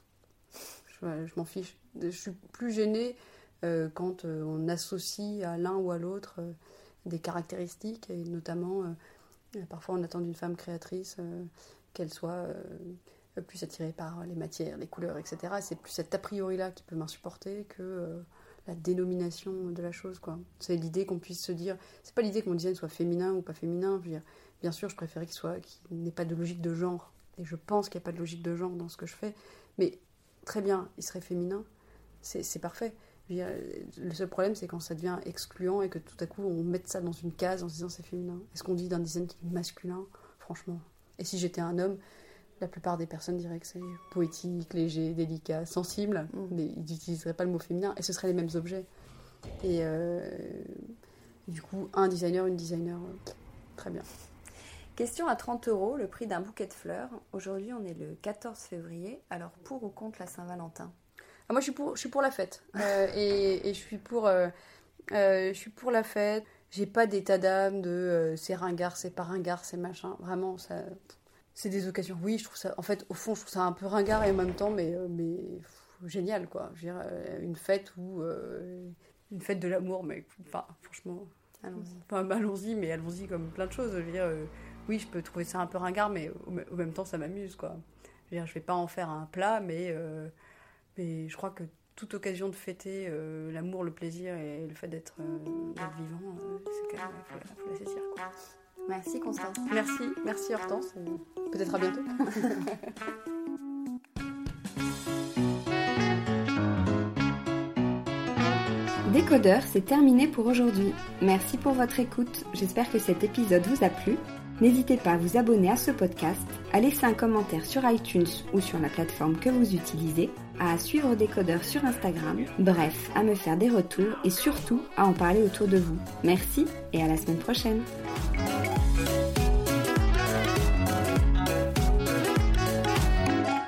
je, je m'en fiche. Je suis plus gênée euh, quand euh, on associe à l'un ou à l'autre euh, des caractéristiques et notamment euh, parfois on attend d'une femme créatrice euh, qu'elle soit euh, plus attirée par les matières, les couleurs, et cetera. Et c'est plus cet a priori-là qui peut m'insupporter que euh, la dénomination de la chose, quoi. C'est l'idée qu'on puisse se dire... C'est pas l'idée que mon design soit féminin ou pas féminin. Je veux dire, bien sûr, je préférais qu'il soit, qu'il n'ait pas de logique de genre. Et je pense qu'il n'y a pas de logique de genre dans ce que je fais. Mais très bien, il serait féminin. C'est, c'est parfait. Je veux dire, le seul problème, c'est quand ça devient excluant et que tout à coup, on mette ça dans une case en se disant c'est féminin. Est-ce qu'on dit d'un design qui est masculin ? Franchement. Et si j'étais un homme... La plupart des personnes diraient que c'est poétique, léger, délicat, sensible, mmh. mais ils n'utiliseraient pas le mot féminin, et ce seraient les mêmes objets. Et euh, du coup, un designer, une designer, euh, très bien. Question à trente euros, le prix d'un bouquet de fleurs. Aujourd'hui, on est le quatorze février, alors pour ou contre la Saint-Valentin ? Ah, moi, je suis pour, je suis pour la fête, euh, et, et je suis pour, euh, euh, je suis pour la fête. J'ai pas d'état d'âme de euh, c'est ringard, c'est pas ringard, c'est machin. Vraiment, ça... C'est des occasions, oui, je trouve ça, en fait, au fond, je trouve ça un peu ringard et en même temps, mais, mais pff, génial, quoi. Je veux dire, une fête où, euh, une fête de l'amour, mais, enfin, franchement, allons-y. Enfin, allons-y, mais allons-y comme plein de choses. Je veux dire, euh, oui, je peux trouver ça un peu ringard, mais au, au même temps, ça m'amuse, quoi. Je veux dire, je vais pas en faire un plat, mais, euh, mais je crois que toute occasion de fêter euh, l'amour, le plaisir et le fait d'être, euh, d'être vivant, euh, c'est quand même, il faut, faut la saisir, quoi. Merci Constance. Merci, merci Hortense. Peut-être à bientôt. Décodeur, c'est terminé pour aujourd'hui. Merci pour votre écoute. J'espère que cet épisode vous a plu. N'hésitez pas à vous abonner à ce podcast, à laisser un commentaire sur iTunes ou sur la plateforme que vous utilisez, à suivre Décodeur sur Instagram, bref, à me faire des retours et surtout à en parler autour de vous. Merci et à la semaine prochaine. Thank you.